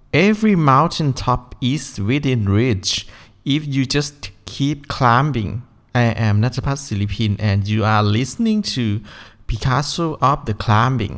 Every mountain top is within reach if you just keep climbing. I am Natapat Silipin and you are listening to Picasso of the Climbing.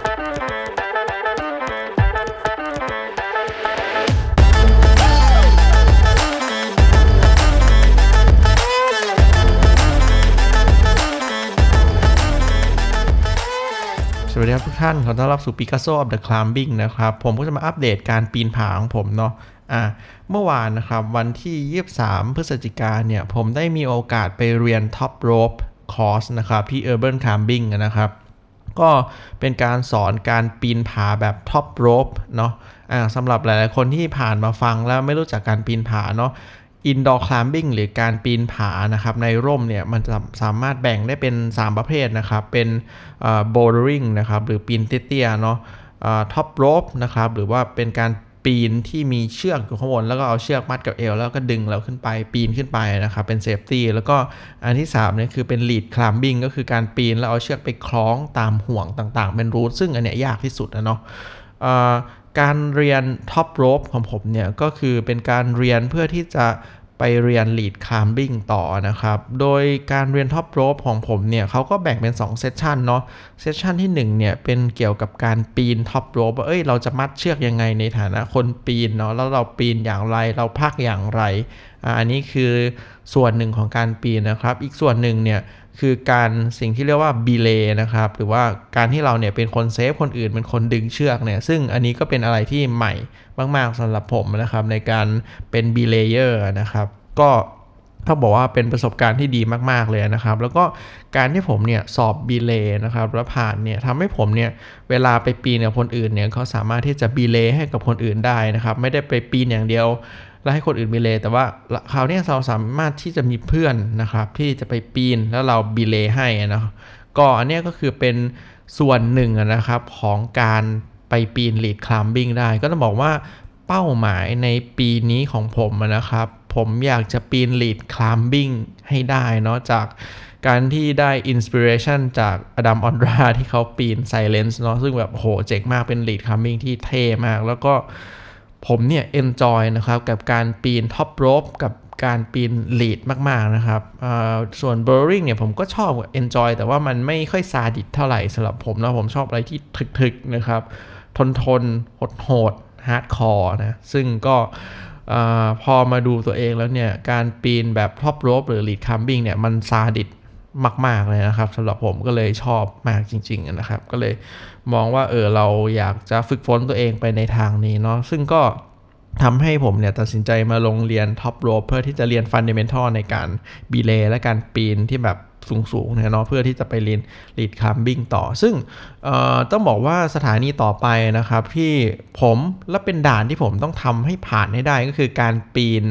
สวัสดีครับทุกท่านขอต้อนรับสู่ Picasso of the Climbing นะครับผมก็จะมาอัปเดตการปีนผาของผมเนาะเมื่อวานนะครับวันที่23พฤศจิกายนเนี่ยผมได้มีโอกาสไปเรียน Top Rope Course นะครับที่ Urban Climbing นะครับก็เป็นการสอนการปีนผาแบบ Top Rope เนาะสำหรับหลายๆคนที่ผ่านมาฟังแล้วไม่รู้จักการปีนผาเนาะIndoor Climbing หรือการปีนผานะครับในร่มเนี่ยมันจะสามารถแบ่งได้เป็น3ประเภทนะครับเป็นbouldering นะครับหรือปีนเตี้ยๆเนาะtop rope นะครับหรือว่าเป็นการปีนที่มีเชือกอยู่ข้างบนแล้วก็เอาเชือกมัดกับเอวแล้วก็ดึงเราขึ้นไปปีนขึ้นไปนะครับเป็น safety แล้วก็อันที่3เนี่ยคือเป็น lead climbing ก็คือการปีนแล้วเอาเชือกไปคล้องตามห่วงต่างๆเป็นรูทซึ่งอันเนี้ยยากที่สุดนะเนาะการเรียน Top Rope ของผมเนี่ยก็คือเป็นการเรียนเพื่อที่จะไปเรียน Lead Climbing ต่อนะครับโดยการเรียน Top Rope ของผมเนี่ยเขาก็แบ่งเป็น2เซสชันเนาะเซสชันที่1เนี่ยเป็นเกี่ยวกับการปีน Top Rope ว่าเราจะมัดเชือกยังไงในฐานะคนปีนเนาะแล้วเราปีนอย่างไรเราพากอย่างไรอันนี้คือส่วนหนึ่งของการปีนนะครับอีกส่วนหนึ่งเนี่ยคือการสิ่งที่เรียกว่าบีเลย์นะครับหรือว่าการที่เราเนี่ยเป็นคนเซฟคนอื่นเป็นคนดึงเชือกเนี่ยซึ่งอันนี้ก็เป็นอะไรที่ใหม่มากๆสำหรับผมนะครับในการเป็นบีเลเยอร์นะครับก็เขาบอกว่าเป็นประสบการณ์ที่ดีมากๆเลยนะครับแล้วก็การที่ผมเนี่ยสอบบีเลย์นะครับแล้วผ่านเนี่ยทำให้ผมเนี่ยเวลาไปปีนกับคนอื่นเนี่ยเขาสามารถที่จะบีเลย์ให้กับคนอื่นได้นะครับไม่ได้ไปปีนอย่างเดียวแล้วให้คนอื่นบีเลย์แต่ว่าคราวนี้เราสามารถที่จะมีเพื่อนนะครับที่จะไปปีนแล้วเราบีเลย์ให้นะก็อันนี้ก็คือเป็นส่วนหนึ่งนะครับของการไปปีน Lead Climbing ได้ก็ต้องบอกว่าเป้าหมายในปีนี้ของผมนะครับผมอยากจะปีน Lead Climbing ให้ได้เนาะจากการที่ได้ inspiration จากอดัม ออนดราที่เขาปีน Silence เนาะซึ่งแบบโหเจ๋งมากเป็น Lead Climbing ที่เท่มากแล้วก็ผมเนี่ย enjoy นะครับกับการปีน Top Rope กับการปีน Lead มากๆนะครับส่วน bouldering เนี่ยผมก็ชอบ enjoy แต่ว่ามันไม่ค่อยซาดิสเท่าไหร่สำหรับผมนะผมชอบอะไรที่ถึกๆนะครับทนโหดฮาร์ดคอร์นะซึ่งก็พอมาดูตัวเองแล้วเนี่ยการปีนแบบ Top Rope หรือ Lead Climbing เนี่ยมันซาดิสมากๆเลยนะครับสำหรับผมก็เลยชอบมากจริงๆนะครับก็เลยมองว่าเราอยากจะฝึกฝนตัวเองไปในทางนี้เนาะซึ่งก็ทำให้ผมเนี่ยตัดสินใจมาลงเรียน Top Rope เพื่อที่จะเรียน Fundamental ในการบีเลย์และการปีนที่แบบสูงๆเนาะเพื่อที่จะไปเรียน Lead Climbing ต่อซึ่งต้องบอกว่าสถานีต่อไปนะครับที่ผมและเป็นด่านที่ผมต้องทำให้ผ่านให้ได้ก็คือการปีน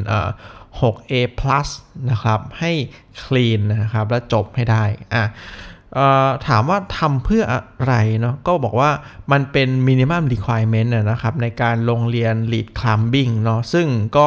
6A+ นะครับให้ clean นะครับและจบให้ได้ถามว่าทำเพื่ออะไรเนาะก็บอกว่ามันเป็น minimum requirement นะครับในการลงเรียน Lead Climbing เนาะซึ่งก็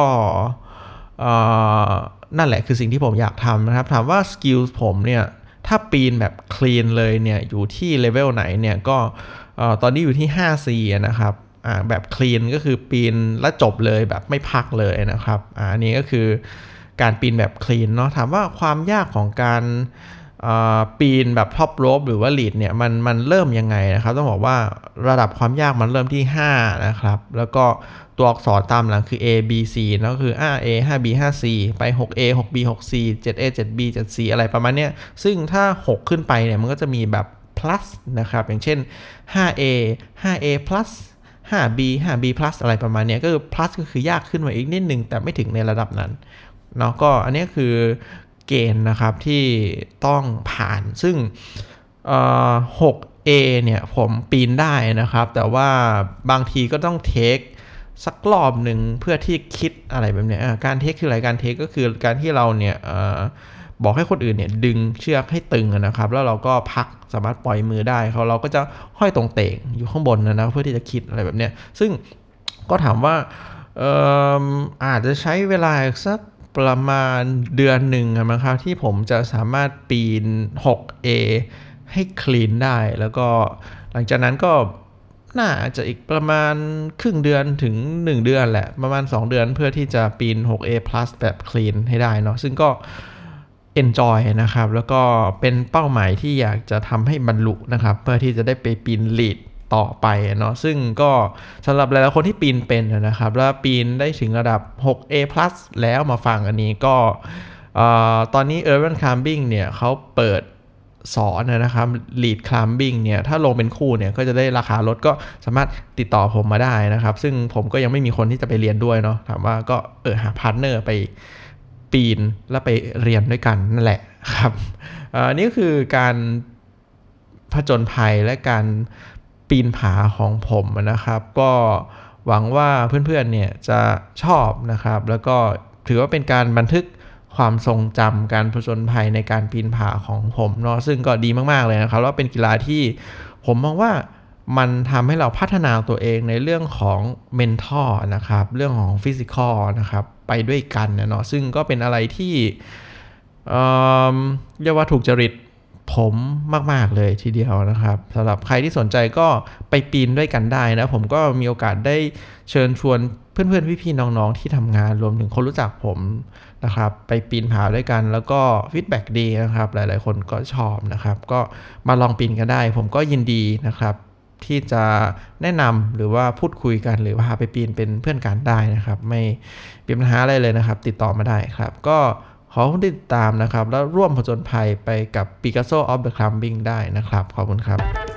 นั่นแหละคือสิ่งที่ผมอยากทำนะครับถามว่า skills ผมเนี่ยถ้าปีนแบบ clean เลยเนี่ยอยู่ที่ level ไหนเนี่ยก็ตอนนี้อยู่ที่ 5C นะครับแบบ clean ก็คือปีนและจบเลยแบบไม่พักเลยนะครับอันนี้ก็คือการปีนแบบ clean เนาะถามว่าความยากของการปีนแบบ Top Rope หรือว่า Lead เนี่ยมันเริ่มยังไงนะครับต้องบอกว่าระดับความยากมันเริ่มที่5นะครับแล้วก็ตัวอักษรตามหลังคือ A B C นะก็คือ 5A 5B 5C ไป 6A 6B 6C 7A 7B 7C อะไรประมาณเนี้ยซึ่งถ้า6ขึ้นไปเนี่ยมันก็จะมีแบบ plus นะครับอย่างเช่น 5A 5A plus 5B 5B plus อะไรประมาณเนี้ยก็คือ plus ก็คือยากขึ้นมาอีกนิดนึงแต่ไม่ถึงในระดับนั้นเนาะก็อันนี้คือเกณฑ์นะครับที่ต้องผ่านซึ่ง6A เนี่ยผมปีนได้นะครับแต่ว่าบางทีก็ต้องเทคสักรอบหนึ่งเพื่อที่คิดอะไรแบบนี้การเทคคืออะไรการเทคก็คือการที่เราเนี่ยบอกให้คนอื่นเนี่ยดึงเชือกให้ตึงนะครับแล้วเราก็พักสามารถปล่อยมือได้เราก็จะห้อยตรงเต่งอยู่ข้างบนนะเพื่อที่จะคิดอะไรแบบนี้ซึ่งก็ถามว่าอาจจะใช้เวลาสักประมาณเดือนหนึ่งนะครับที่ผมจะสามารถปีน 6A ให้ clean ได้แล้วก็หลังจากนั้นก็น่าจะอีกประมาณครึ่งเดือนถึง1เดือนแหละประมาณ2เดือนเพื่อที่จะปีน 6A+ แบบคลีนให้ได้เนาะซึ่งก็ enjoy นะครับแล้วก็เป็นเป้าหมายที่อยากจะทำให้บรรลุนะครับเพื่อที่จะได้ไปปีน lead ต่อไปเนาะซึ่งก็สำหรับหลายๆคนที่ปีนเป็นนะครับแล้วปีนได้ถึงระดับ 6A+ แล้วมาฟังอันนี้ก็ตอนนี้ Urban Climbing เนี่ยเขาเปิดสอนนะครับ lead climbing เนี่ยถ้าลงเป็นคู่เนี่ยก็จะได้ราคาลดก็สามารถติดต่อผมมาได้นะครับซึ่งผมก็ยังไม่มีคนที่จะไปเรียนด้วยเนาะถามว่าก็หาพาร์ทเนอร์ไปปีนแล้วไปเรียนด้วยกันนั่นแหละครับนี่ก็คือการผจญภัยและการปีนผาของผมนะครับก็หวังว่าเพื่อนๆเนี่ยจะชอบนะครับแล้วก็ถือว่าเป็นการบันทึกความทรงจำการผจญภัยในการปีนผาของผมเนาะซึ่งก็ดีมากๆเลยนะครับแล้วเป็นกีฬาที่ผมมองว่ามันทำให้เราพัฒนาตัวเองในเรื่องของ mental นะครับเรื่องของ physical นะครับไปด้วยกันเนาะซึ่งก็เป็นอะไรที่เรียกว่าถูกจริตผมมากๆเลยทีเดียวนะครับสำหรับใครที่สนใจก็ไปปีนด้วยกันได้นะผมก็มีโอกาสได้เชิญชวนเพื่อนๆพี่ๆน้องๆที่ทำงานรวมถึงคนรู้จักผมนะครับไปปีนผาด้วยกันแล้วก็ฟีดแบ็กดีนะครับหลายๆคนก็ชอบนะครับก็มาลองปีนกันได้ผมก็ยินดีนะครับที่จะแนะนำหรือว่าพูดคุยกันหรือว่าพาไปปีนเป็นเพื่อนกันได้นะครับไม่มีปัญหาอะไรเลยนะครับติดต่อมาได้ครับก็ขอคุณติดตามนะครับแล้วร่วมผจญภัยไปกับ Picasso of the Climbing ได้นะครับขอบคุณครับ